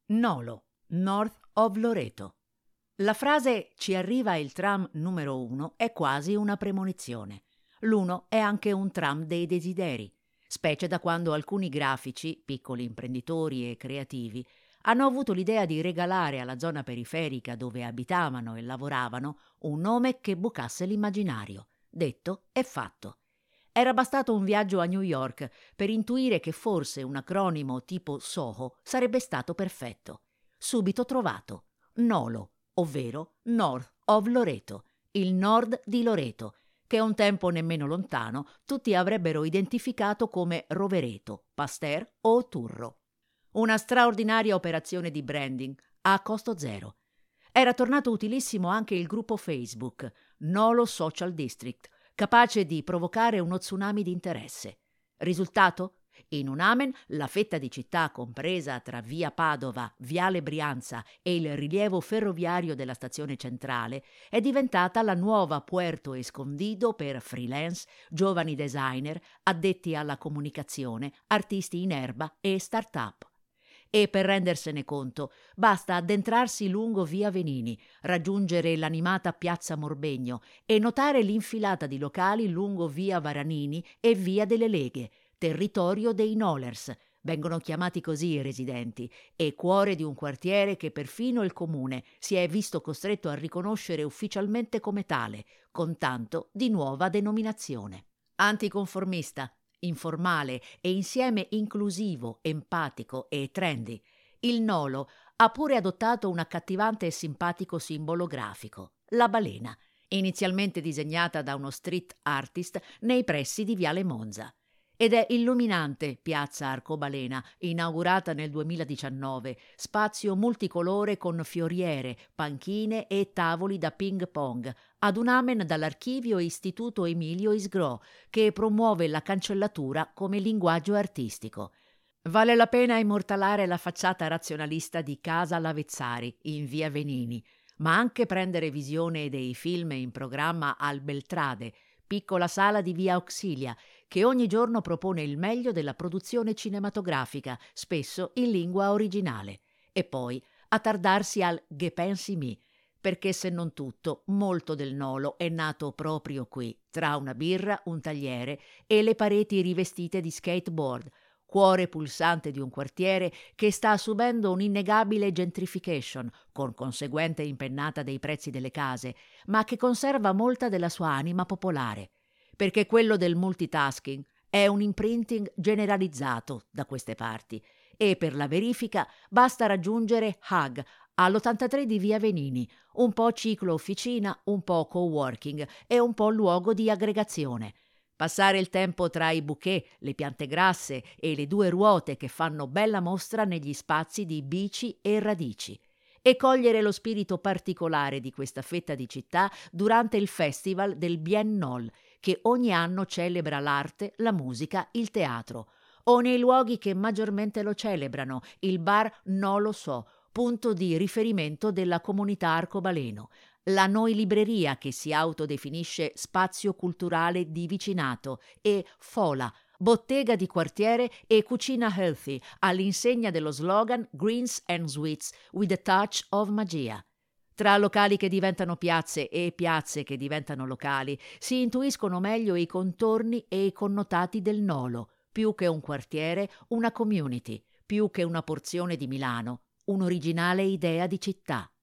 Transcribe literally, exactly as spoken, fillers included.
Nolo, North of Loreto. La frase «ci arriva il tram numero uno» è quasi una premonizione. L'uno è anche un tram dei desideri, specie da quando alcuni grafici, piccoli imprenditori e creativi, hanno avuto l'idea di regalare alla zona periferica dove abitavano e lavoravano un nome che bucasse l'immaginario. Detto e fatto. Era bastato un viaggio a New York per intuire che forse un acronimo tipo Soho sarebbe stato perfetto. Subito trovato. Nolo, ovvero North of Loreto, il nord di Loreto, che un tempo nemmeno lontano tutti avrebbero identificato come Rovereto, Pasteur o Turro. Una straordinaria operazione di branding a costo zero. Era tornato utilissimo anche il gruppo Facebook Nolo Social District, capace di provocare uno tsunami di interesse. Risultato? In un amen la fetta di città compresa tra via Padova, viale Brianza e il rilievo ferroviario della stazione centrale è diventata la nuova Puerto Escondido per freelance, giovani designer, addetti alla comunicazione, artisti in erba e start-up. E per rendersene conto basta addentrarsi lungo via Venini, raggiungere l'animata piazza Morbegno e notare l'infilata di locali lungo via Varanini e via delle Leghe, territorio dei Nolers, vengono chiamati così i residenti, e cuore di un quartiere che perfino il comune si è visto costretto a riconoscere ufficialmente come tale, con tanto di nuova denominazione. Anticonformista, informale e insieme inclusivo, empatico e trendy, il Nolo ha pure adottato un accattivante e simpatico simbolo grafico, la balena, inizialmente disegnata da uno street artist nei pressi di Viale Monza. Ed è illuminante Piazza Arcobalena, inaugurata nel duemiladiciannove, spazio multicolore con fioriere, panchine e tavoli da ping pong, ad un amen dall'archivio Istituto Emilio Isgro, che promuove la cancellatura come linguaggio artistico. Vale la pena immortalare la facciata razionalista di Casa Lavezzari, in via Venini, ma anche prendere visione dei film in programma al Beltrade, piccola sala di via Auxilia, che ogni giorno propone il meglio della produzione cinematografica, spesso in lingua originale. E poi attardarsi al Che pensi mi, perché se non tutto, molto del Nolo è nato proprio qui, tra una birra, un tagliere e le pareti rivestite di skateboard, cuore pulsante di un quartiere che sta subendo un'innegabile gentrification, con conseguente impennata dei prezzi delle case, ma che conserva molta della sua anima popolare, perché quello del multitasking è un imprinting generalizzato da queste parti, e per la verifica basta raggiungere Hug all'ottantatré di via Venini, un po' ciclo officina, un po' coworking e un po' luogo di aggregazione. Passare il tempo tra i bouquet, le piante grasse e le due ruote che fanno bella mostra negli spazi di bici e radici. E cogliere lo spirito particolare di questa fetta di città durante il festival del Biennol, che ogni anno celebra l'arte, la musica, il teatro, o nei luoghi che maggiormente lo celebrano, il bar No Lo So, punto di riferimento della comunità arcobaleno, la Noi Libreria che si autodefinisce spazio culturale di vicinato e Fola, bottega di quartiere e cucina healthy, all'insegna dello slogan Greens and Sweets with a touch of magia. Tra locali che diventano piazze e piazze che diventano locali si intuiscono meglio i contorni e i connotati del Nolo, più che un quartiere, una community, più che una porzione di Milano, un'originale idea di città.